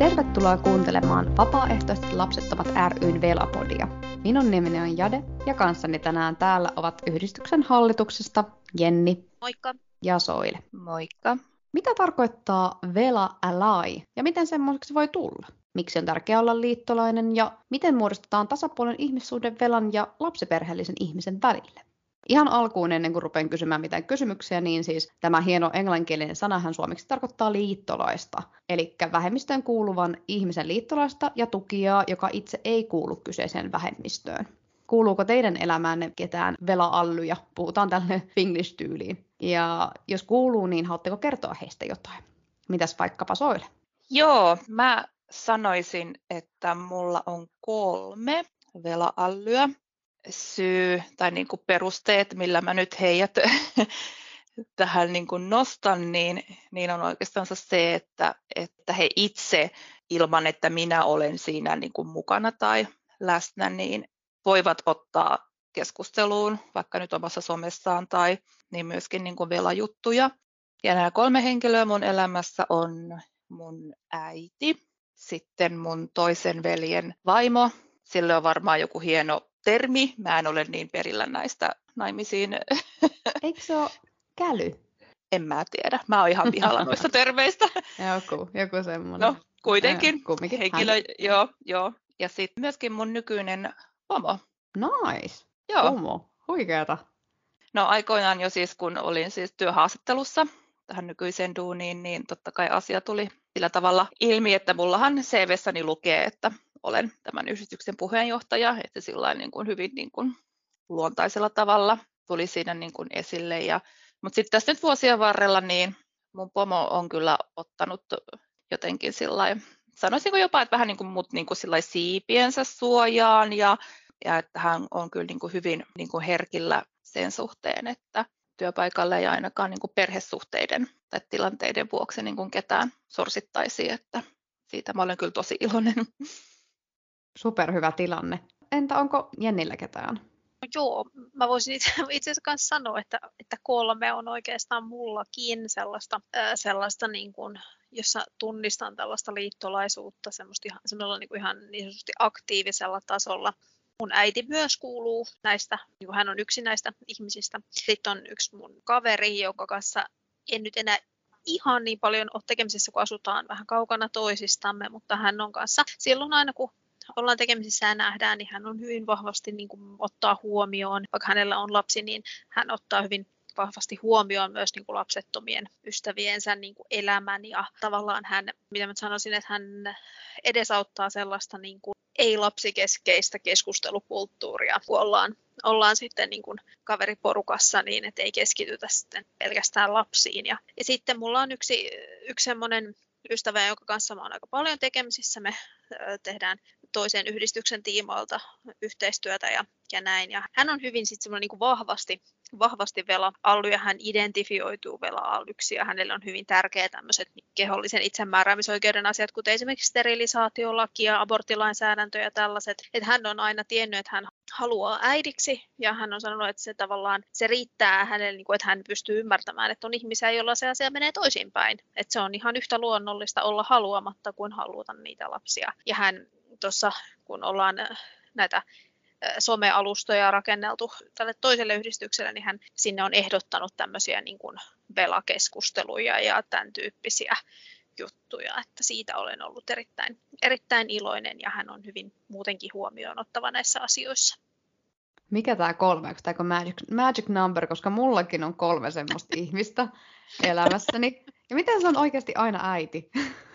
Tervetuloa kuuntelemaan Vapaaehtoiset lapsettomat ry:n Vela-podia. Minun nimeni on Jade ja kanssani tänään täällä ovat yhdistyksen hallituksesta Jenni. Moikka. Ja Soile. Moikka. Mitä tarkoittaa Vela Ally ja miten semmoiseksi voi tulla? Miksi on tärkeää olla liittolainen ja miten muodostetaan tasapuolinen ihmissuhde velan ja lapsiperheellisen ihmisen välille? Ihan alkuun ennen kuin rupean kysymään mitään kysymyksiä, niin siis tämä hieno englanninkielinen sanahan suomeksi tarkoittaa liittolaista, eli vähemmistöön kuuluvan ihmisen liittolaista ja tukijaa, joka itse ei kuulu kyseiseen vähemmistöön. Kuuluuko teidän elämäänne ketään vela-allyja? Puhutaan tällainen Finglish-tyyliin. Ja jos kuuluu, niin haluatteko kertoa heistä jotain? Mitäs vaikkapa Soile? Joo, mä sanoisin, että mulla on 3 vela-allyä. Syy tai niin kuin perusteet, millä mä nyt heidät tähän niin kuin nostan, niin on oikeastaan se, että he itse ilman, että minä olen siinä niin kuin mukana tai läsnä, niin voivat ottaa keskusteluun vaikka nyt omassa somessaan tai niin myöskin niin kuin velajuttuja. Ja nämä 3 henkilöä mun elämässä on mun äiti, sitten mun toisen veljen vaimo, sillä on varmaan joku hieno termi. Mä en ole niin perillä näistä naimisiin. Eikö se ole käly? En mä tiedä. Mä oon ihan pihalla noista terveistä. Joku semmoinen. No, kuitenkin. Henkilö, Hän... joo. Ja sitten myöskin mun nykyinen pomo. Nice. Joo. Pomo. Huikeata. No aikoinaan jo siis, kun olin siis työhaastattelussa tähän nykyiseen duuniin, niin totta kai asia tuli sillä tavalla ilmi, että mullahan CV:ssäni lukee, että olen tämän yhdistyksen puheenjohtaja, että sillain niin kuin hyvin niin kuin luontaisella tavalla tuli siinä niin kuin esille. Mutta sitten tässä nyt vuosien varrella niin mun pomo on kyllä ottanut jotenkin sillain, sanoisinko jopa, että vähän niin kuin mut niin kuin sillain siipiensä suojaan ja että hän on kyllä niin kuin hyvin niin kuin herkillä sen suhteen, että työpaikalle ei ainakaan niin kuin perhesuhteiden tai tilanteiden vuoksi niin kuin ketään sorsittaisi, että siitä mä olen kyllä tosi iloinen. Superhyvä tilanne. Entä onko Jennillä ketään? No joo, mä voisin itse asiassa myös sanoa, että 3 on oikeastaan mullakin sellaista niin kuin, jossa tunnistan tällaista liittolaisuutta semmoilla niin kuin ihan niin sanotusti aktiivisella tasolla. Mun äiti myös kuuluu näistä, niin kuin hän on yksi näistä ihmisistä. Sitten on yksi mun kaveri, jonka kanssa en nyt enää ihan niin paljon ole tekemisissä, kun asutaan vähän kaukana toisistamme, mutta hän on kanssa silloin aina, kun ollaan tekemisissä ja nähdään, niin hän on hyvin vahvasti niin kuin ottaa huomioon, vaikka hänellä on lapsi, niin hän ottaa hyvin vahvasti huomioon myös niin kuin lapsettomien ystäviensä niin kuin elämän ja tavallaan hän, mitä mä sanoisin, että hän edesauttaa sellaista niin kuin ei-lapsikeskeistä keskustelukulttuuria, kun ollaan sitten niin kuin kaveriporukassa niin, että ei keskitytä sitten pelkästään lapsiin. Ja sitten mulla on yksi semmoinen ystävä, jonka kanssa mä oon aika paljon tekemisissä. Me tehdään toisen yhdistyksen tiimoilta yhteistyötä ja näin. Ja hän on hyvin sitten semmoinen niin kuin vahvasti vela-allu ja hän identifioituu vela-allyksi ja hänelle on hyvin tärkeä tämmöiset kehollisen itsemääräämisoikeuden asiat, kuten esimerkiksi sterilisaatiolaki ja aborttilainsäädäntö ja tällaiset. Että hän on aina tiennyt, että hän haluaa äidiksi ja hän on sanonut, että se tavallaan se riittää hänelle, että hän pystyy ymmärtämään, että on ihmisiä, joilla se asia menee toisinpäin. Että se on ihan yhtä luonnollista olla haluamatta kuin haluta niitä lapsia. Ja hän tuossa, kun ollaan näitä somealustoja rakenneltu tälle toiselle yhdistykselle, niin hän sinne on ehdottanut tämmöisiä niin kuin velakeskusteluja ja tämän tyyppisiä juttuja, että siitä olen ollut erittäin iloinen ja hän on hyvin muutenkin huomioon ottava näissä asioissa. Mikä tämä 3? Onko tämä magic number, koska mullakin on 3 semmoista ihmistä elämässäni. Ja miten se on oikeasti aina äiti?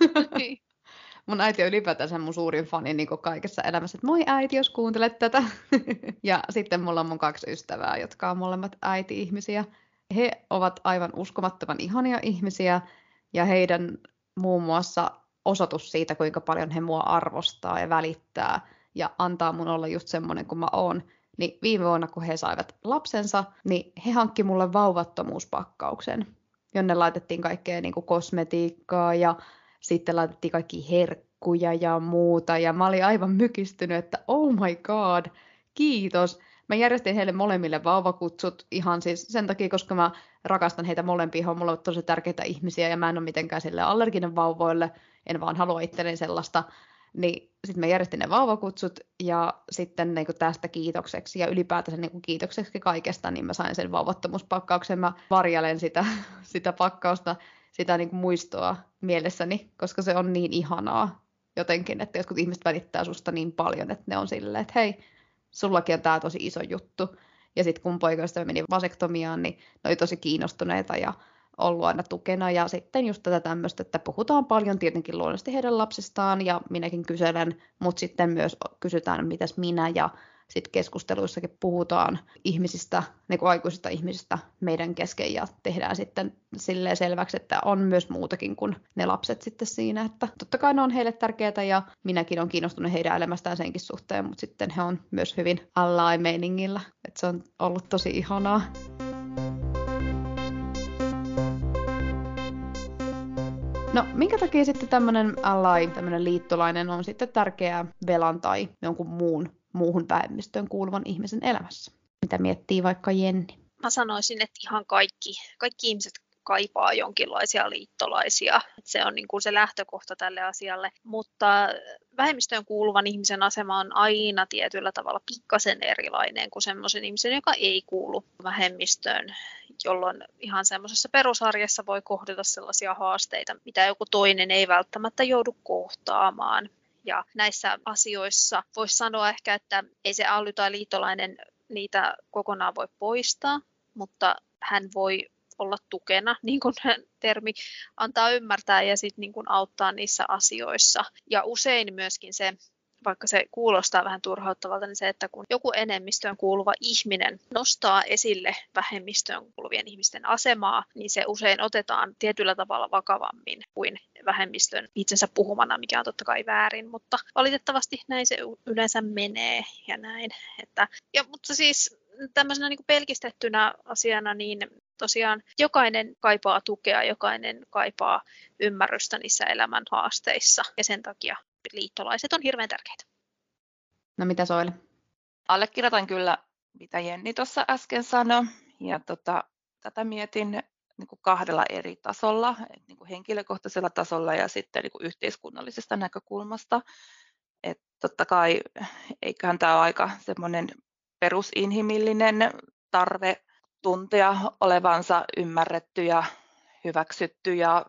Mun äiti on ylipäätänsä mun suurin fani niin kaikessa elämässä, että moi äiti, jos kuuntelet tätä. Ja sitten mulla on mun 2 ystävää, jotka on molemmat äiti-ihmisiä. He ovat aivan uskomattoman ihania ihmisiä ja heidän muun muassa osoitus siitä, kuinka paljon he mua arvostaa ja välittää ja antaa mun olla just semmoinen kuin mä oon. Niin viime vuonna, kun he saivat lapsensa, niin he hankki mulle vauvattomuuspakkauksen, jonne laitettiin kaikkea niin kuin kosmetiikkaa ja sitten laitettiin kaikki herkkuja ja muuta. Ja mä olin aivan mykistynyt, että oh my god, kiitos. Mä järjestin heille molemmille vauvakutsut ihan siis sen takia, koska mä rakastan heitä molempia. He on mulle tosi tärkeitä ihmisiä ja mä en ole mitenkään sille allerginen vauvoille. En vaan halua itselleni sellaista. Niin sitten mä järjestin ne vauvakutsut ja sitten niin tästä kiitokseksi ja ylipäätänsä niin kiitokseksi kaikesta, niin mä sain sen vauvattomuuspakkauksen. Mä varjelen sitä pakkausta, sitä niin muistoa mielessäni, koska se on niin ihanaa jotenkin, että jotkut ihmiset välittää susta niin paljon, että ne on silleen, että hei, sullakin on tää tosi iso juttu. Ja sitten kun poikaystävä meni vasektomiaan, niin ne oli tosi kiinnostuneita ja ollut aina tukena. Ja sitten just tätä tämmöistä, että puhutaan paljon tietenkin luonnollisesti heidän lapsistaan ja minäkin kyselen, mutta sitten myös kysytään, mitäs minä ja sitten keskusteluissakin puhutaan ihmisistä, niin kuin aikuisista ihmisistä meidän kesken ja tehdään sitten silleen selväksi, että on myös muutakin kuin ne lapset sitten siinä, että totta kai ne on heille tärkeitä ja minäkin olen kiinnostunut heidän elämästään senkin suhteen, mutta sitten he on myös hyvin allai-meiningillä, että se on ollut tosi ihanaa. No, minkä takia sitten tämmöinen ally, tämmöinen liittolainen on sitten tärkeää velan tai jonkun muuhun vähemmistöön kuuluvan ihmisen elämässä? Mitä miettii vaikka Jenni? Mä sanoisin, että ihan kaikki ihmiset kaipaa jonkinlaisia liittolaisia. Se on niin kuin se lähtökohta tälle asialle. Mutta vähemmistöön kuuluvan ihmisen asema on aina tietyllä tavalla pikkasen erilainen kuin semmoisen ihmisen, joka ei kuulu vähemmistöön, jolloin ihan semmoisessa perusarjessa voi kohdata sellaisia haasteita, mitä joku toinen ei välttämättä joudu kohtaamaan. Ja näissä asioissa voisi sanoa ehkä, että ei se ally tai liittolainen niitä kokonaan voi poistaa, mutta hän voi olla tukena, niin kuin termi antaa ymmärtää, ja sitten niin kuin auttaa niissä asioissa. Ja usein myöskin se, vaikka se kuulostaa vähän turhauttavalta, niin se, että kun joku enemmistöön kuuluva ihminen nostaa esille vähemmistöön kuuluvien ihmisten asemaa, niin se usein otetaan tietyllä tavalla vakavammin kuin vähemmistön itsensä puhumana, mikä on totta kai väärin, mutta valitettavasti näin se yleensä menee ja näin. Mutta siis tämmöisenä niin kuin pelkistettynä asiana, niin tosiaan jokainen kaipaa tukea, jokainen kaipaa ymmärrystä niissä elämän haasteissa ja sen takia liittolaiset on hirveän tärkeitä. No mitä Soili? Allekirjoitan kyllä, mitä Jenni tuossa äsken sanoi. Ja tätä mietin niin kuin kahdella eri tasolla, niin kuin henkilökohtaisella tasolla ja sitten niin kuin yhteiskunnallisesta näkökulmasta. Että totta kai eiköhän tämä ole aika semmoinen perusinhimillinen tarve tuntea olevansa ymmärretty ja hyväksytty ja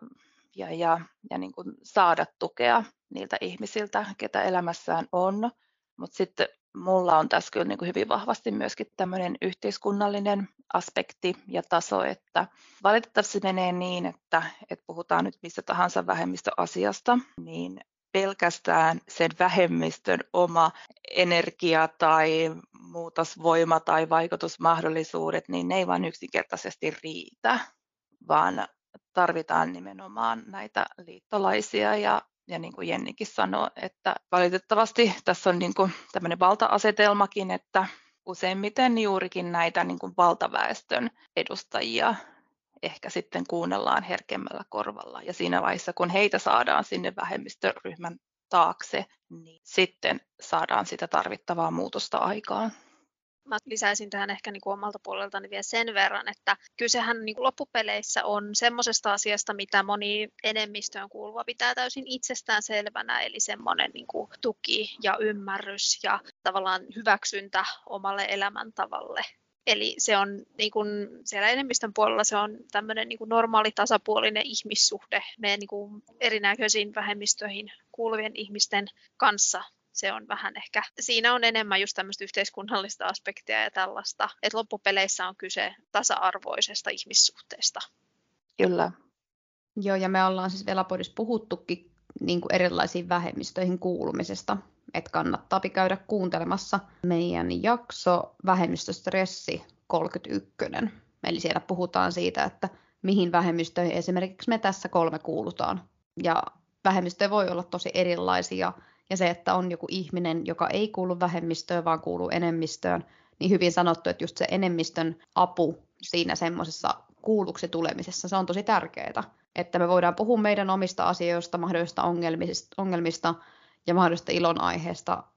niin kuin saada tukea niiltä ihmisiltä, ketä elämässään on. Mutta sitten mulla on tässä kyllä niin kuin hyvin vahvasti myöskin tämmöinen yhteiskunnallinen aspekti ja taso, että valitettavasti menee niin, että puhutaan nyt mistä tahansa vähemmistöasiasta, niin pelkästään sen vähemmistön oma energia tai muutosvoima tai vaikutusmahdollisuudet, niin ne ei vain yksinkertaisesti riitä, vaan tarvitaan nimenomaan näitä liittolaisia ja niin kuin Jennikin sanoi, että valitettavasti tässä on niin kuin tämmöinen valta-asetelmakin, että useimmiten juurikin näitä niin kuin valtaväestön edustajia ehkä sitten kuunnellaan herkemmällä korvalla. Ja siinä vaiheessa, kun heitä saadaan sinne vähemmistöryhmän taakse, niin sitten saadaan sitä tarvittavaa muutosta aikaan. Mä lisäisin tähän ehkä niin kuin omalta puoleltani vielä sen verran, että kysehän niin kuin loppupeleissä on semmoisesta asiasta, mitä moni enemmistöön kuuluva pitää täysin itsestään selvänä, eli semmoinen niin kuin tuki ja ymmärrys ja tavallaan hyväksyntä omalle elämäntavalle. Eli se on niin kuin siellä enemmistön puolella se on tämmöinen niin kuin normaali tasapuolinen ihmissuhde meidän niin kuin erinäköisiin vähemmistöihin kuuluvien ihmisten kanssa. Se on vähän ehkä, siinä on enemmän just tämmöistä yhteiskunnallista aspektia ja tällaista, että loppupeleissä on kyse tasa-arvoisesta ihmissuhteesta. Kyllä. Joo, ja me ollaan siis Velapodissa puhuttukin niin kuin erilaisiin vähemmistöihin kuulumisesta, että kannattaa käydä kuuntelemassa meidän jakso Vähemmistöstressi 31. Eli siellä puhutaan siitä, että mihin vähemmistöihin esimerkiksi me tässä 3 kuulutaan. Ja vähemmistöjä voi olla tosi erilaisia. Ja se, että on joku ihminen, joka ei kuulu vähemmistöön, vaan kuuluu enemmistöön, niin hyvin sanottu, että just se enemmistön apu siinä semmoisessa kuulluksi tulemisessa, se on tosi tärkeää. Että me voidaan puhua meidän omista asioista, mahdollisista ongelmista ja mahdollisista ilonaiheista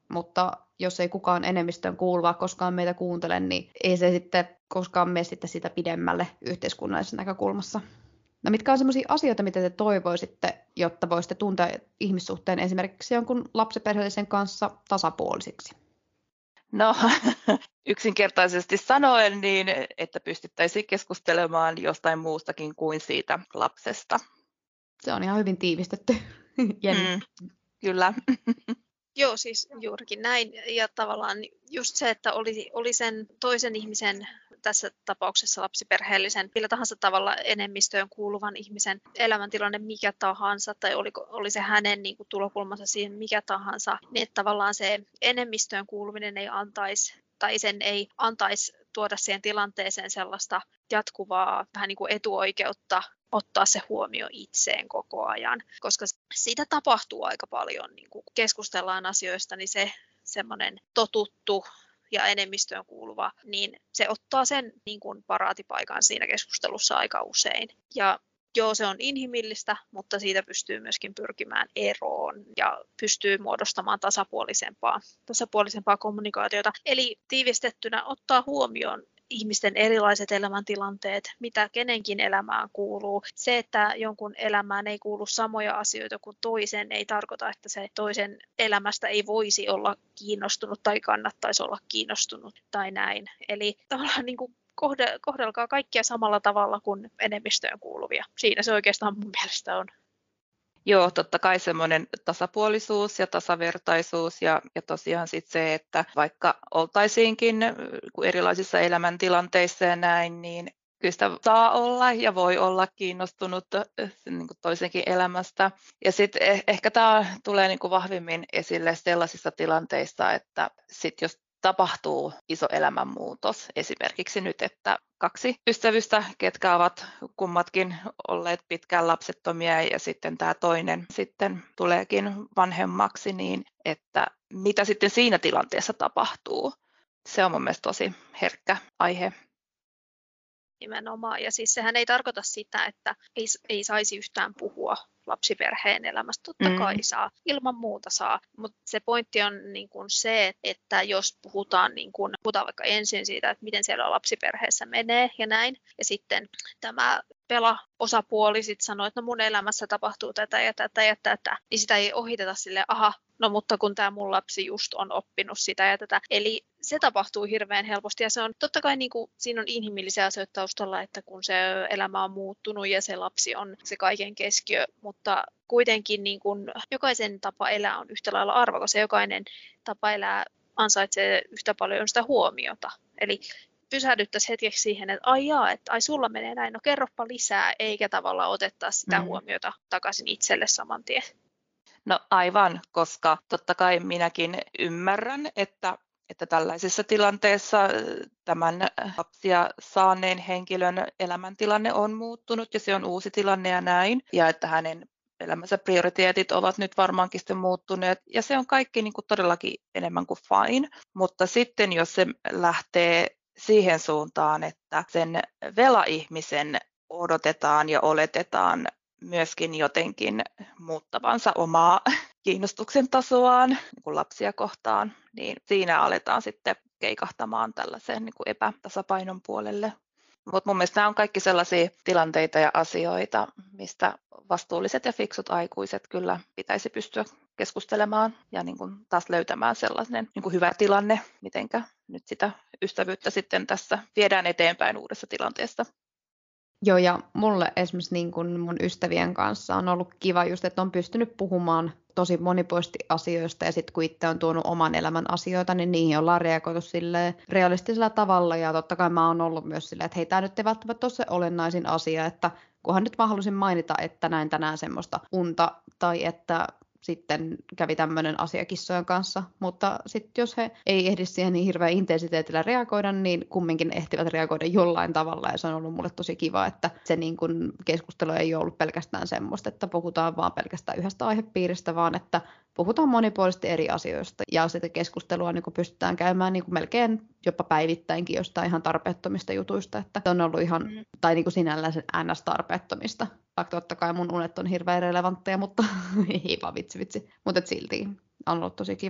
mutta jos ei kukaan enemmistöön kuuluva koskaan meitä kuuntele, niin ei se sitten koskaan mene sitten sitä pidemmälle yhteiskunnallisessa näkökulmassa. No mitkä on sellaisia asioita, mitä te toivoisitte, jotta voisitte tuntea ihmissuhteen esimerkiksi jonkun lapsiperheellisen kanssa tasapuolisiksi? No yksinkertaisesti sanoen niin, että pystyttäisiin keskustelemaan jostain muustakin kuin siitä lapsesta. Se on ihan hyvin tiivistetty. Jenni. Kyllä. Joo, siis juurikin näin. Ja tavallaan just se, että oli sen toisen ihmisen, tässä tapauksessa lapsiperheellisen, millä tahansa tavalla enemmistöön kuuluvan ihmisen elämäntilanne mikä tahansa, tai oli se hänen niin kuin tulokulmansa siihen mikä tahansa, niin että tavallaan se enemmistöön kuuluminen ei antaisi, tai sen ei antaisi tuoda siihen tilanteeseen sellaista jatkuvaa vähän niin kuin etuoikeutta ottaa se huomio itseen koko ajan, koska siitä tapahtuu aika paljon, niin kun keskustellaan asioista, niin se semmoinen totuttu ja enemmistöön kuuluva, niin se ottaa sen niin kuin paraatipaikan siinä keskustelussa aika usein. Ja joo, se on inhimillistä, mutta siitä pystyy myöskin pyrkimään eroon ja pystyy muodostamaan tasapuolisempaa kommunikaatiota. Eli tiivistettynä ottaa huomioon ihmisten erilaiset elämäntilanteet, mitä kenenkin elämään kuuluu. Se, että jonkun elämään ei kuulu samoja asioita kuin toisen, ei tarkoita, että se toisen elämästä ei voisi olla kiinnostunut tai kannattaisi olla kiinnostunut tai näin. Eli tavallaan niin kuin kohdelkaa kaikkia samalla tavalla kuin enemmistöön kuuluvia. Siinä se oikeastaan mun mielestä on. Joo, totta kai semmoinen tasapuolisuus ja tasavertaisuus ja tosiaan sitten se, että vaikka oltaisiinkin erilaisissa elämäntilanteissa ja näin, niin kyllä sitä saa olla ja voi olla kiinnostunut niin kuin toisenkin elämästä. Ja sitten ehkä tämä tulee niin kuin vahvimmin esille sellaisissa tilanteissa, että sitten jos tapahtuu iso elämänmuutos, esimerkiksi nyt, että 2 ystävystä, ketkä ovat kummatkin olleet pitkään lapsettomia ja sitten tämä toinen sitten tuleekin vanhemmaksi, niin että mitä sitten siinä tilanteessa tapahtuu. Se on mun mielestä tosi herkkä aihe. Nimenomaan. Ja siis sehän ei tarkoita sitä, että ei saisi yhtään puhua lapsiperheen elämästä. Totta kai saa, ilman muuta saa. Mutta se pointti on niin kun se, että jos puhutaan vaikka ensin siitä, että miten siellä lapsiperheessä menee ja näin, ja sitten tämä osapuoli sitten sanoo, että no mun elämässä tapahtuu tätä ja tätä ja tätä, niin sitä ei ohiteta silleen, no mutta kun tämä mun lapsi just on oppinut sitä ja tätä. Eli se tapahtuu hirveän helposti ja se on totta kai siinä on inhimillisiä asioita taustalla, että kun se elämä on muuttunut ja se lapsi on se kaiken keskiö, mutta kuitenkin jokaisen tapa elää on yhtä lailla arvokas ja jokainen tapa elää ansaitsee yhtä paljon sitä huomiota. Eli pysähdyttäisiin hetkeksi siihen, että ai sulla menee näin, no kerropa lisää, eikä tavallaan otettaa sitä huomiota takaisin itselle saman tien. No aivan, koska totta kai minäkin ymmärrän, että tällaisessa tilanteessa tämän lapsia saaneen henkilön elämäntilanne on muuttunut ja se on uusi tilanne ja näin. Ja että hänen elämänsä prioriteetit ovat nyt varmaankin sitten muuttuneet ja se on kaikki niin kuin todellakin enemmän kuin fine. Mutta sitten jos se lähtee siihen suuntaan, että sen vela-ihmisen odotetaan ja oletetaan myöskin jotenkin muuttavansa omaa kiinnostuksen tasoaan niin kuin lapsia kohtaan, niin siinä aletaan sitten keikahtamaan tällaiseen niin kuin epätasapainon puolelle. Mutta mun mielestä nämä on kaikki sellaisia tilanteita ja asioita, mistä vastuulliset ja fiksut aikuiset kyllä pitäisi pystyä keskustelemaan ja niin kuin taas löytämään sellainen niin kuin hyvä tilanne, mitenkä nyt sitä ystävyyttä sitten tässä viedään eteenpäin uudessa tilanteessa. Joo, ja mulle esimerkiksi niin kuin mun ystävien kanssa on ollut kiva just, että on pystynyt puhumaan tosi monipuolisesti asioista, ja sitten kun itse on tuonut oman elämän asioita, niin niihin ollaan reagoitu silleen realistisella tavalla, ja totta kai mä oon ollut myös silleen, että hei, tämä nyt ei välttämättä ole se olennaisin asia, että kunhan nyt mä halusin mainita, että näin tänään semmoista unta, tai että sitten kävi tämmöinen asia kissojen kanssa, mutta sitten jos he ei ehdi siihen niin hirveän intensiteetillä reagoida, niin kumminkin ehtivät reagoida jollain tavalla, ja se on ollut mulle tosi kiva, että se niin kun keskustelu ei ole ollut pelkästään semmoista, että puhutaan vaan pelkästään yhdestä aihepiiristä, vaan että puhutaan monipuolisesti eri asioista, ja sitä keskustelua niin kun pystytään käymään niin kun melkein jopa päivittäinkin jostain ihan tarpeettomista jutuista, että se on ollut ihan, tai niin kuin sinällään sen NS-tarpeettomista. Vaikka totta kai mun unet on hirveän relevantteja, mutta ei vaan vitsi. Mutta silti on ollut tosi kiva.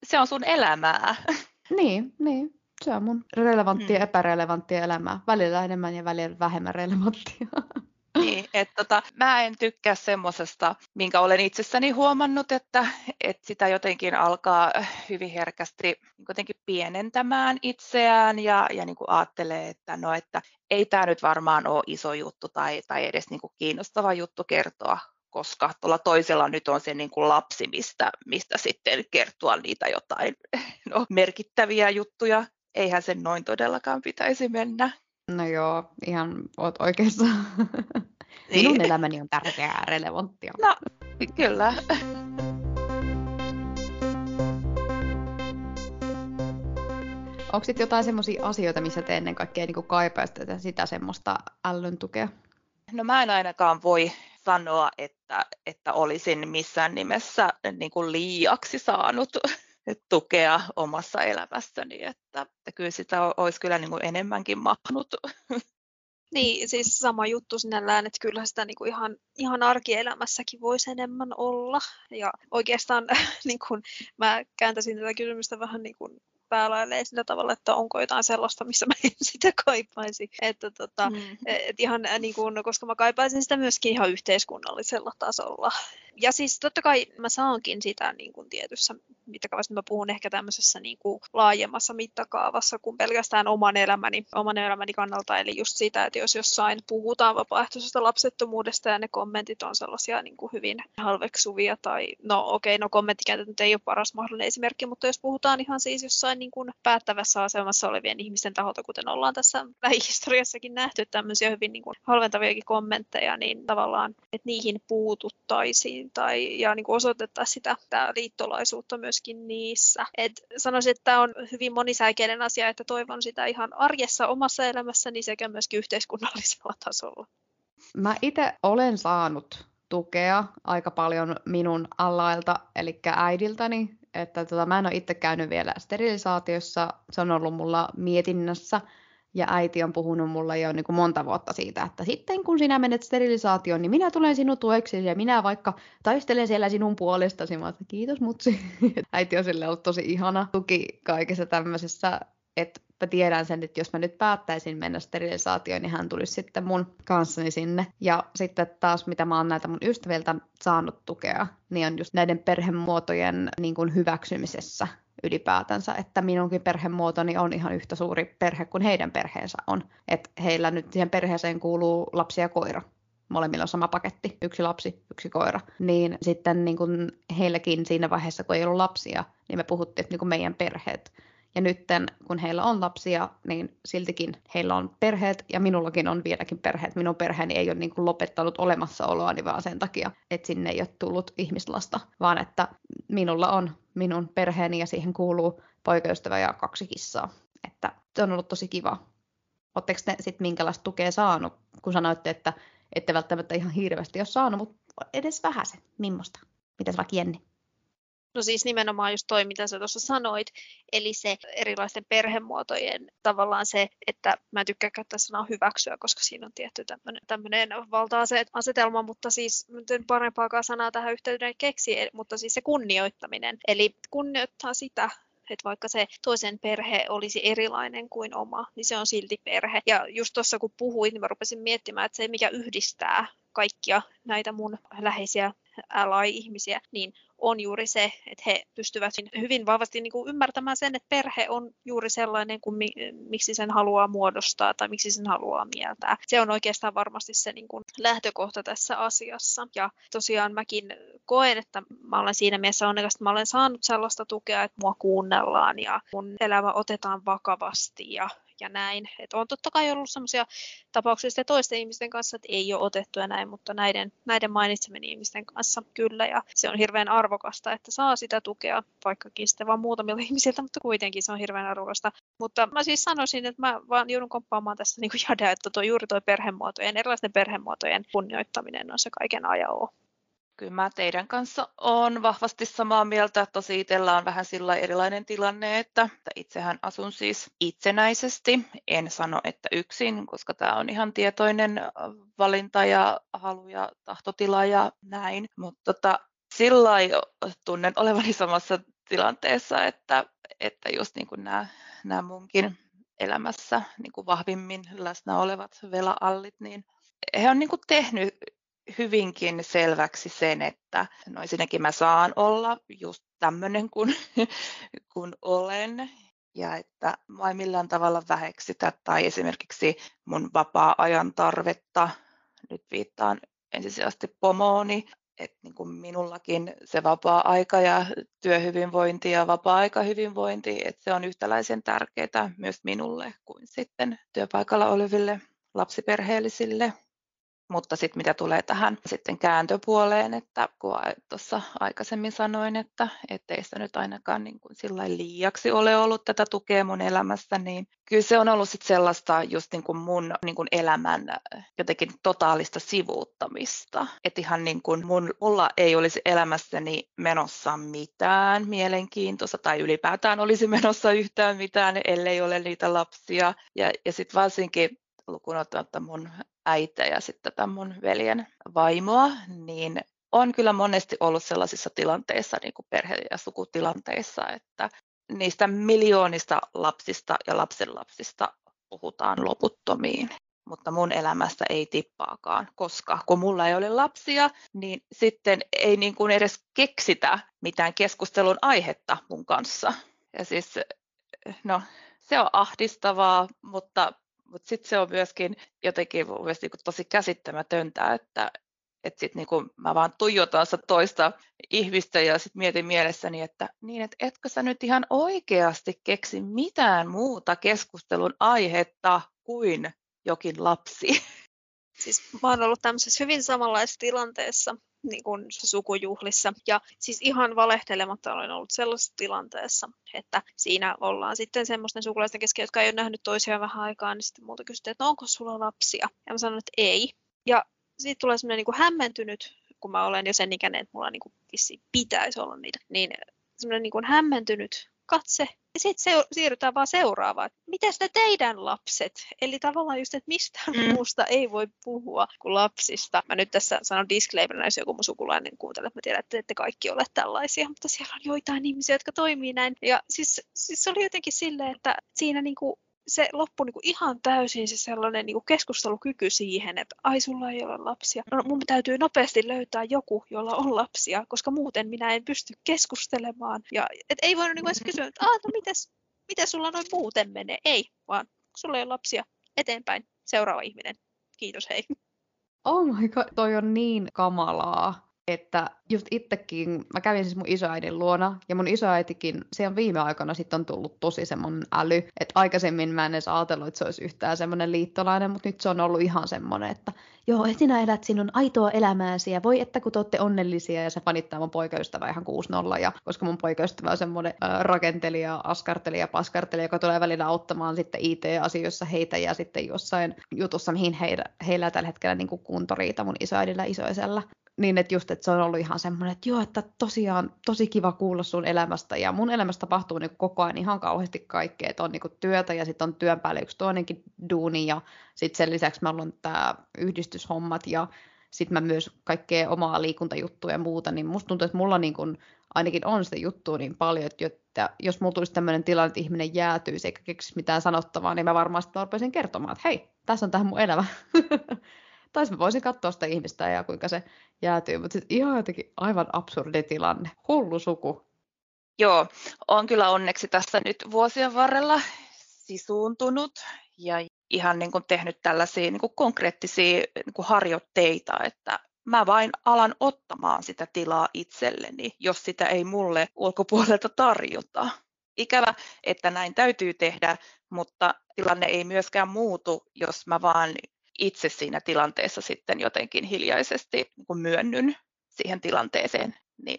se on sun elämää. Niin. Se on mun relevanttia ja epärelevanttia elämää. Välillä enemmän ja välillä vähemmän relevanttia. Niin, että mä en tykkää semmosesta, minkä olen itsessäni huomannut, että sitä jotenkin alkaa hyvin herkästi jotenkin pienentämään itseään ja niin kuin ajattelee, että no, että ei tämä nyt varmaan ole iso juttu tai edes niin kuin kiinnostava juttu kertoa, koska tuolla toisella nyt on se niin kuin lapsi, mistä sitten kertoa niitä jotain merkittäviä juttuja. Eihän sen noin todellakaan pitäisi mennä. No joo, ihan oot oikeassa. Niin. Minun elämäni on tärkeää ja relevanttia. No, kyllä. Onko sitten jotain semmoisia asioita, missä te ennen kaikkea niin kaipaisit sitä semmoista ällön tukea? No mä en ainakaan voi sanoa, että olisin missään nimessä niin kuin liiaksi saanut tukea omassa elämässäni, että kyllä sitä olisi kyllä niin kuin enemmänkin mahtunut. Niin, siis sama juttu sinällään, että kyllä sitä niin kuin ihan arkielämässäkin voisi enemmän olla. Ja oikeastaan niin kuin, mä kääntäisin tätä kysymystä vähän niin kuin päälailleen sillä tavalla, että onko jotain sellaista, missä mä en sitä kaipaisi. Että et ihan niin kuin, koska mä kaipaisin sitä myöskin ihan yhteiskunnallisella tasolla. Ja siis totta kai mä saankin sitä niin kuin tietyssä mittakaavassa, mä puhun ehkä tämmöisessä niin kuin laajemmassa mittakaavassa kuin pelkästään oman elämäni kannalta. Eli just sitä, että jos jossain puhutaan vapaaehtoisesta lapsettomuudesta ja ne kommentit on sellaisia niin kuin hyvin halveksuvia tai kommenttikentät nyt ei ole paras mahdollinen esimerkki, mutta jos puhutaan ihan siis jossain niin kuin päättävässä asemassa olevien ihmisten taholta, kuten ollaan tässä lähihistoriassakin nähty tämmöisiä hyvin niin kuin halventaviakin kommentteja, niin tavallaan, että niihin puututtaisiin ja niin kuin osoitettaisiin sitä liittolaisuutta myöskin niissä. Sanoisin, että tämä on hyvin monisäikeinen asia, että toivon sitä ihan arjessa omassa elämässäni sekä myöskin yhteiskunnallisella tasolla. Mä itse olen saanut tukea aika paljon minun allailta, eli äidiltäni, että mä en ole itse käynyt vielä sterilisaatiossa, se on ollut mulla mietinnässä, ja äiti on puhunut mulle jo niin kuin monta vuotta siitä, että sitten kun sinä menet sterilisaatioon, niin minä tulen sinun tueksi ja minä vaikka taistelen siellä sinun puolestasi. Mä että kiitos mutsi. Äiti on sille ollut tosi ihana tuki kaikessa tämmöisessä, että mä tiedän sen, että jos mä nyt päättäisin mennä sterilisaatioon, niin hän tulisi sitten mun kanssani sinne. Ja sitten taas, mitä mä oon näiltä mun ystäviltä saanut tukea, niin on just näiden perhemuotojen niin kuin hyväksymisessä ylipäätänsä, että minunkin perhemuotoni on ihan yhtä suuri perhe kuin heidän perheensä on. Että heillä nyt siihen perheeseen kuuluu lapsi ja koira. Molemmilla on sama paketti, 1 lapsi, 1 koira. Niin sitten niin kuin heilläkin siinä vaiheessa, kun ei ollut lapsia, niin me puhuttiin, että niin kuin meidän perheet. Ja nyt kun heillä on lapsia, niin siltikin heillä on perheet ja minullakin on vieläkin perheet. Minun perheeni ei ole niin kuin lopettanut olemassaoloani vaan sen takia, että sinne ei ole tullut ihmislasta, vaan että minulla on minun perheeni ja siihen kuuluu poikaystävä ja 2 kissaa. Että se on ollut tosi kiva. Oletteko te sitten minkälaista tukea saanut, kun sanoitte, että ette välttämättä ihan hirveästi ole saanut, mutta edes vähäsen. Mimmosta? Mitäs vaikka Jenni? No siis nimenomaan just toi, mitä sä tuossa sanoit, eli se erilaisten perhemuotojen tavallaan se, että mä en tykkää käyttää sanaa hyväksyä, koska siinä on tietty tämmöinen valta-asetelma, mutta siis nyt parempaakaan sanaa tähän yhteyteen keksi, mutta siis se kunnioittaminen, eli kunnioittaa sitä, että vaikka se toisen perhe olisi erilainen kuin oma, niin se on silti perhe. Ja just tuossa kun puhuit, niin mä rupesin miettimään, että se mikä yhdistää kaikkia näitä mun läheisiä ally-ihmisiä, niin on juuri se, että he pystyvät hyvin vahvasti niin kuin ymmärtämään sen, että perhe on juuri sellainen kuin miksi sen haluaa muodostaa tai miksi sen haluaa mieltää. Se on oikeastaan varmasti se niin kuin lähtökohta tässä asiassa. Ja tosiaan mäkin koen, että mä olen siinä mielessä onnekas, että mä olen saanut sellaista tukea, että mua kuunnellaan ja mun elämä otetaan vakavasti ja näin. Et on totta kai ollut sellaisia tapauksia toisten ihmisten kanssa, että ei ole otettu ja näin, mutta näiden mainitsemien ihmisten kanssa kyllä. Ja se on hirveän arvokasta, että saa sitä tukea, vaikkakin sitten vaan muutamilta ihmisiltä, mutta kuitenkin se on hirveän arvokasta. Mutta mä siis sanoisin, että mä vaan joudun komppaamaan tässä niin kuin Jade, että juuri tuo erilaisten perhemuotojen kunnioittaminen on se kaiken A ja O. Kyllä mä teidän kanssa olen vahvasti samaa mieltä. Tosi itsellä on vähän sillä erilainen tilanne, että itsehän asun siis itsenäisesti. En sano, että yksin, koska tämä on ihan tietoinen valinta ja halu ja tahtotila ja näin. Mutta sillä tunnen olevani samassa tilanteessa, että just niin kuin nämä munkin elämässä niin kuin vahvimmin läsnä olevat Vela-Allit, niin he on niin kuin tehnyt hyvinkin selväksi sen, että no ensinnäkin mä saan olla just tämmöinen kun olen, ja että mä en millään tavalla väheksitä tai esimerkiksi mun vapaa-ajan tarvetta, nyt viittaan ensisijaisesti pomooni, että niin kuin minullakin se vapaa-aika ja työhyvinvointi ja vapaa-aikahyvinvointi, että se on yhtäläisen tärkeää myös minulle kuin sitten työpaikalla oleville lapsiperheellisille. Mutta sitten mitä tulee tähän sitten kääntöpuoleen, että kun tuossa aikaisemmin sanoin, että ei sitä nyt ainakaan niin kuin sillain liiaksi ole ollut tätä tukea mun elämässä, niin kyllä se on ollut sitten sellaista just niin kuin mun niin kuin elämän jotenkin totaalista sivuuttamista. Että ihan niin kuin mulla ei olisi elämässäni menossa mitään mielenkiintoista tai ylipäätään olisi menossa yhtään mitään, ellei ole niitä lapsia. Ja sitten varsinkin lukuun ottamatta mun äitiä ja sitten tätä mun veljen vaimoa, niin on kyllä monesti ollut sellaisissa tilanteissa, niin kuin perhe- ja sukutilanteissa, että niistä miljoonista lapsista ja lapsenlapsista puhutaan loputtomiin. Mutta mun elämästä ei tippaakaan, koska kun mulla ei ole lapsia, niin sitten ei niin kuin edes keksitä mitään keskustelun aihetta mun kanssa. Ja siis, no, se on ahdistavaa, mutta sitten se on myöskin jotenkin tosi käsittämätöntä, että sit niinku mä vaan tuijotan sitä toista ihmistä ja sitten mietin mielessäni, että etkö sä nyt ihan oikeasti keksi mitään muuta keskustelun aihetta kuin jokin lapsi. Siis mä oon ollut tämmöisessä hyvin samanlaisessa tilanteessa niin kuin sukujuhlissa. Ja siis ihan valehtelematta olen ollut sellaisessa tilanteessa, että siinä ollaan sitten semmoisten sukulaisten kesken, jotka ei ole nähnyt toisiaan vähän aikaa, niin sitten multa kysytään, että no, onko sulla lapsia? Ja mä sanon, että ei. Ja siitä tulee semmoinen niin kuin hämmentynyt, kun mä olen jo sen ikäinen, että mulla niin kuin vissiin pitäisi olla niitä, niin semmoinen niin kuin hämmentynyt katse. Ja sitten siirrytään vaan seuraavaan. Mitäs ne teidän lapset? Eli tavallaan just, että mistään muusta ei voi puhua kuin lapsista. Mä nyt tässä sanon disclaimerina, jos joku mun sukulainen kuuntelee, että mä tiedän, että ette kaikki ole tällaisia, mutta siellä on joitain ihmisiä, jotka toimii näin. Ja siis se oli jotenkin silleen, että siinä niinku se loppui niinku ihan täysin se sellainen niinku keskustelukyky siihen, että ai sulla ei ole lapsia. No, mun täytyy nopeasti löytää joku, jolla on lapsia, koska muuten minä en pysty keskustelemaan. Ja et ei voinut niinku edes kysyä, että no miten sulla noin muuten menee? Ei, vaan sulla ei ole lapsia. Eteenpäin. Seuraava ihminen. Kiitos, hei. Oh my god, toi on niin kamalaa. Että just itsekin, mä kävin siis mun isoäidin luona, ja mun isoäitikin, se on viime aikoina sitten on tullut tosi semmoinen äly, että aikaisemmin mä en edes ajatellut, että se olisi yhtään semmoinen liittolainen, mutta nyt se on ollut ihan semmoinen, että joo, et sinä elät sinun aitoa elämääsi, ja voi että kun te olette onnellisia, ja se panittaa mun poikaystävää ihan 6-0, ja koska mun poikaystävä on semmoinen rakentelija, askartelija, paskartelija, joka tulee välillä auttamaan sitten IT-asioissa heitä, ja sitten jossain jutussa, mihin heillä tällä hetkellä niin kuin kuntoriita mun isoäidillä ja isoisällä. Niin, että just, että se on ollut ihan semmoinen, että joo, että tosiaan tosi kiva kuulla sun elämästä. Ja mun elämässä tapahtuu niin koko ajan ihan kauheasti kaikkea. Että on niin työtä ja sitten on työn päälle yksi toinenkin duuni. Ja sitten sen lisäksi meillä on tämä yhdistyshommat ja sitten mä myös kaikkea omaa liikuntajuttua ja muuta. Niin musta tuntuu, että mulla niin kuin ainakin on sitä juttua niin paljon, että jos mulla tulisi tämmöinen tilanne, että ihminen jäätyisi eikä keksisi mitään sanottavaa, niin mä varmaan sitten rupeaisin kertomaan, että hei, tässä on tähän mun elämä. Tai mä voisin katsoa sitä ihmistä ja kuinka se jäätyy, mutta sitten ihan jotenkin aivan absurdi tilanne. Hullu suku. Joo, on kyllä onneksi tässä nyt vuosien varrella sisuuntunut ja ihan niin kuin tehnyt tällaisia niin kuin konkreettisia niin kuin harjoitteita, että mä vain alan ottamaan sitä tilaa itselleni, jos sitä ei mulle ulkopuolelta tarjota. Ikävä, että näin täytyy tehdä, mutta tilanne ei myöskään muutu, jos mä vaan itse siinä tilanteessa sitten jotenkin hiljaisesti niin kuin myönnyn siihen tilanteeseen.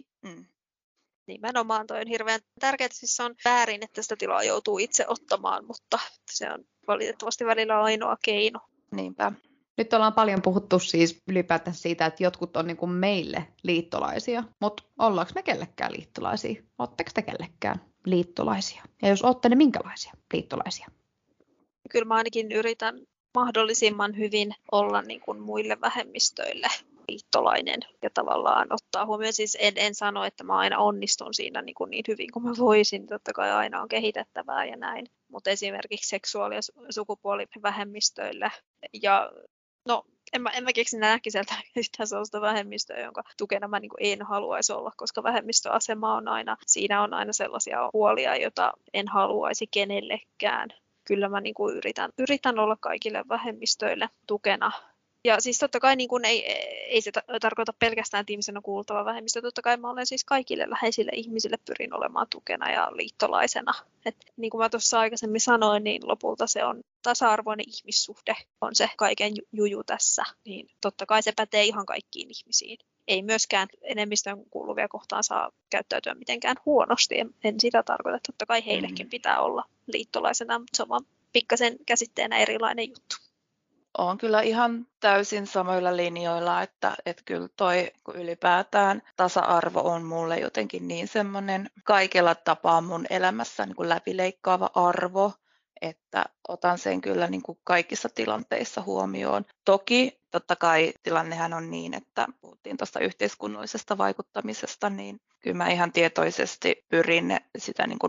Nimenomaan toi on hirveän tärkeää, siis se on väärin, että sitä tilaa joutuu itse ottamaan, mutta se on valitettavasti välillä ainoa keino. Niinpä. Nyt ollaan paljon puhuttu siis ylipäätään siitä, että jotkut on niin kuin meille liittolaisia, mutta ollaanko me kellekään liittolaisia? Oletteko te kellekään liittolaisia? Ja jos olette, niin minkälaisia liittolaisia? Kyllä mä ainakin yritän mahdollisimman hyvin olla niin kuin muille vähemmistöille liittolainen ja tavallaan ottaa huomioon. Siis en sano, että mä aina onnistun siinä niin hyvin kuin mä voisin. Totta kai aina on kehitettävää ja näin. Mutta esimerkiksi seksuaali- ja sukupuolivähemmistöille ja en mä keksi äkkiseltä yhtään sellaista vähemmistöä, jonka tukena mä en haluaisi olla, koska vähemmistöasema on aina, siinä on aina sellaisia huolia, joita en haluaisi kenellekään. Kyllä mä yritän olla kaikille vähemmistöille tukena. Ja siis totta kai ei se tarkoita pelkästään, että ihmisen on kuultava vähemmistö. Totta kai mä olen siis kaikille läheisille ihmisille pyrin olemaan tukena ja liittolaisena. Et niin kuin mä tuossa aikaisemmin sanoin, niin lopulta se on tasa-arvoinen ihmissuhde on se kaiken juju tässä. Niin totta kai se pätee ihan kaikkiin ihmisiin. Ei myöskään enemmistön kuuluvia kohtaan saa käyttäytyä mitenkään huonosti. En sitä tarkoita. Totta kai heillekin pitää olla liittolaisena, mutta se on vaan pikkasen käsitteenä erilainen juttu. Olen kyllä ihan täysin samoilla linjoilla, että kyllä toi ylipäätään tasa-arvo on mulle jotenkin niin semmoinen kaikella tapaa mun elämässä niin kuin läpileikkaava arvo, että otan sen kyllä niin kuin kaikissa tilanteissa huomioon. Toki totta kai tilannehan on niin, että puhuttiin tuosta yhteiskunnallisesta vaikuttamisesta, niin kyllä mä ihan tietoisesti pyrin sitä niin kuin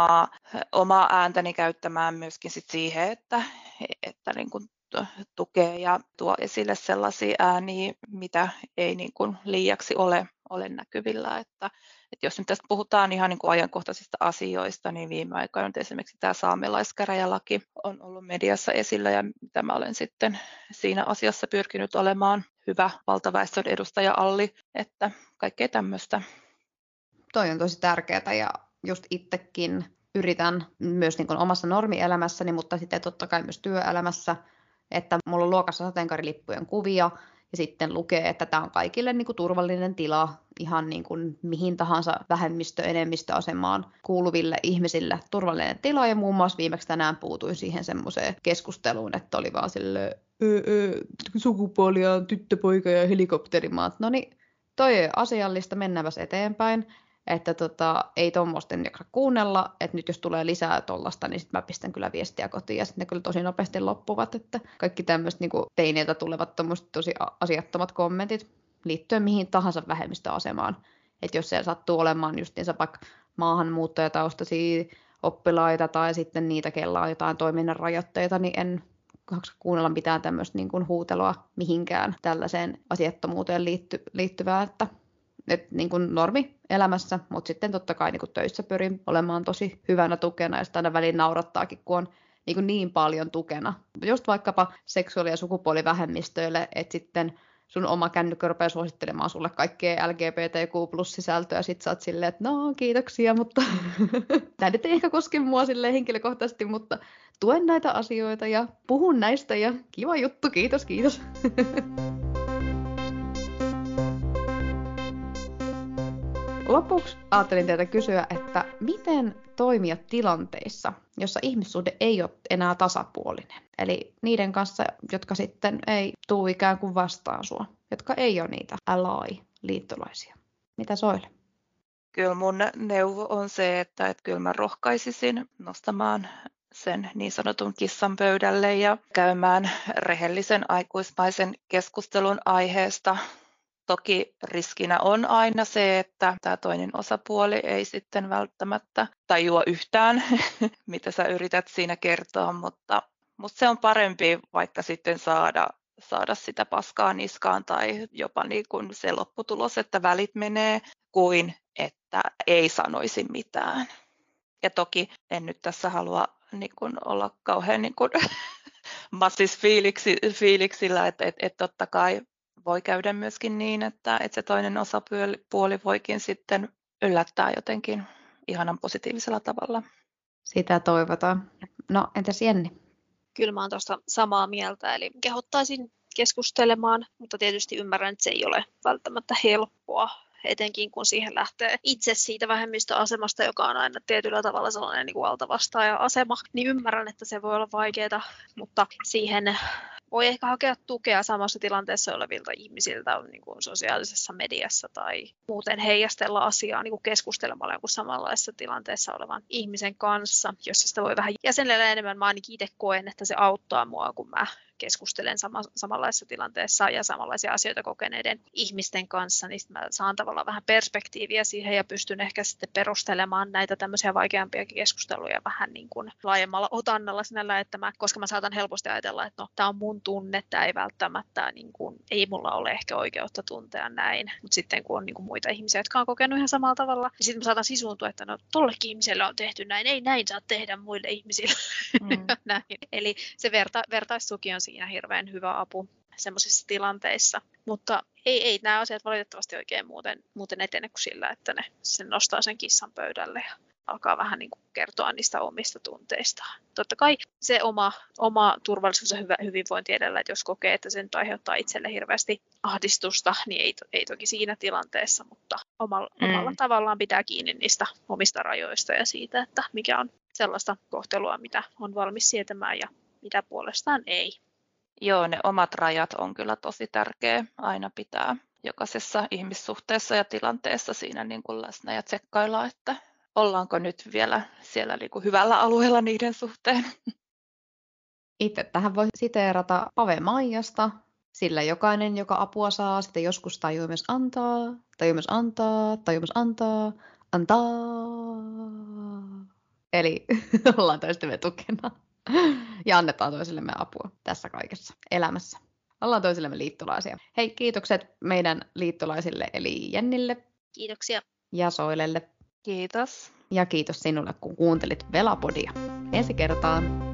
omaa ääntäni käyttämään myöskin sit siihen, että niin kuin tukee ja tuo esille sellaisia ääniä, mitä ei niin kuin liiaksi ole näkyvillä. Että jos nyt tästä puhutaan ihan niin kuin ajankohtaisista asioista, niin viime aikoina esimerkiksi tämä saamelaiskäräjälaki on ollut mediassa esillä ja mitä mä olen sitten siinä asiassa pyrkinyt olemaan hyvä valtaväestön edustaja Alli, että kaikkea tämmöistä. Toi on tosi tärkeää ja just itsekin yritän myös niin kuin omassa normielämässäni, mutta sitten totta kai myös työelämässä, että mulla on luokassa sateenkaarilippujen kuvia ja sitten lukee, että tämä on kaikille niin kuin turvallinen tila ihan niin kuin mihin tahansa vähemmistö-enemmistöasemaan kuuluville ihmisille turvallinen tila. Ja muun muassa viimeksi tänään puutuin siihen semmoiseen keskusteluun, että oli vaan silleen sukupuolia, tyttöpoika ja helikopterimaat. No niin, toi asiallista, mennäänpäs eteenpäin. Että ei tuommoista jaksa kuunnella, että nyt jos tulee lisää tollasta, niin sitten mä pistän kyllä viestiä kotiin ja sitten ne kyllä tosi nopeasti loppuvat, että kaikki tämmöiset niinku teineiltä tulevat tosi asiattomat kommentit liittyen mihin tahansa vähemmistöasemaan. Että jos siellä sattuu olemaan justiinsa vaikka maahanmuuttajataustaisia oppilaita tai sitten niitä, kella on jotain toiminnan rajoitteita, niin en jaksa kuunnella mitään tämmöistä niin kuin huutelua mihinkään tällaiseen asiattomuuteen liittyvää, että niin kuin normi elämässä, mutta sitten totta kai niin kuin töissä pyrin olemaan tosi hyvänä tukena ja sitä aina väliin naurattaakin, kun on niin paljon tukena. Just vaikkapa seksuaali- ja sukupuolivähemmistöille, että sitten sun oma kännykkä rupeaa suosittelemaan sulle kaikkea LGBTQ+-sisältöä, ja sit sä oot silleen, että no kiitoksia, mutta tämä nyt ei ehkä koske mua silleen henkilökohtaisesti, mutta tuen näitä asioita ja puhun näistä ja kiva juttu, kiitos. Lopuksi ajattelin teiltä kysyä, että miten toimia tilanteissa, jossa ihmissuhde ei ole enää tasapuolinen? Eli niiden kanssa, jotka sitten ei tule ikään kuin vastaan sua, jotka ei ole niitä ally-liittolaisia. Mitä Soile? Kyllä mun neuvo on se, että kyllä mä rohkaisisin nostamaan sen niin sanotun kissan pöydälle ja käymään rehellisen aikuismaisen keskustelun aiheesta. Toki riskinä on aina se, että tämä toinen osapuoli ei sitten välttämättä tajua yhtään, mitä sä yrität siinä kertoa, mutta se on parempi vaikka sitten saada sitä paskaa niskaan tai jopa niin kuin se lopputulos, että välit menee, kuin että ei sanoisi mitään. Ja toki en nyt tässä halua niin kuin olla kauhean niin kuin massisfiiliksillä, että totta kai voi käydä myöskin niin, että se toinen osapuoli voikin sitten yllättää jotenkin ihanan positiivisella tavalla. Sitä toivotaan. No, entäs Jenni? Kyllä mä oon tuosta samaa mieltä, eli kehottaisin keskustelemaan, mutta tietysti ymmärrän, että se ei ole välttämättä helppoa, etenkin kun siihen lähtee itse siitä vähemmistöasemasta, joka on aina tietyllä tavalla sellainen niin kuin altavastaaja-asema, niin ymmärrän, että se voi olla vaikeaa, mutta siihen voi ehkä hakea tukea samassa tilanteessa olevilta ihmisiltä niin kuin sosiaalisessa mediassa tai muuten heijastella asiaa niin kuin keskustelemalla jonkun samanlaisessa tilanteessa olevan ihmisen kanssa, jossa sitä voi vähän jäsenellä enemmän. Mä ainakin itse koen, että se auttaa mua, kun mä keskustelen samanlaisessa tilanteessa ja samanlaisia asioita kokeneiden ihmisten kanssa, niin mä saan tavallaan vähän perspektiiviä siihen ja pystyn ehkä sitten perustelemaan näitä tämmöisiä vaikeampiakin keskusteluja vähän niin kuin laajemmalla otannalla sinällä, että koska mä saatan helposti ajatella, että no, tämä on mun tunne, tämä ei välttämättä, niin kuin, ei mulla ole ehkä oikeutta tuntea näin, mutta sitten kun on niin kuin muita ihmisiä, jotka on kokenut ihan samalla tavalla, niin sitten mä saatan sisuuntua, että no tollekin ihmiselle on tehty näin, ei näin saa tehdä muille ihmisille. Näin. Eli se vertaistuki on siinä hirveän hyvä apu semmoisissa tilanteissa, mutta ei nämä asiat valitettavasti oikein muuten etene kuin sillä, että se nostaa sen kissan pöydälle ja alkaa vähän niin kuin kertoa niistä omista tunteistaan. Totta kai se oma turvallisuus ja hyvinvointi edellä, että jos kokee, että se nyt aiheuttaa itselle hirveästi ahdistusta, niin ei toki siinä tilanteessa, mutta omalla tavallaan pitää kiinni niistä omista rajoista ja siitä, että mikä on sellaista kohtelua, mitä on valmis sietämään ja mitä puolestaan ei. Joo, ne omat rajat on kyllä tosi tärkeä aina pitää jokaisessa ihmissuhteessa ja tilanteessa siinä niin kuin läsnä ja tsekkailla, että ollaanko nyt vielä siellä niin kuin hyvällä alueella niiden suhteen. Itse tähän voi siteerata Pave Maijasta, sillä jokainen, joka apua saa, sitä joskus tajuu myös antaa, tajuu myös antaa, tajuu myös antaa. Eli ollaan toistemme tukena ja annetaan toisillemme apua tässä kaikessa elämässä. Ollaan toisillemme liittolaisia. Hei, kiitokset meidän liittolaisille eli Jennille. Kiitoksia. Ja Soilelle. Kiitos. Ja kiitos sinulle, kun kuuntelit Velapodia. Ensi kertaan.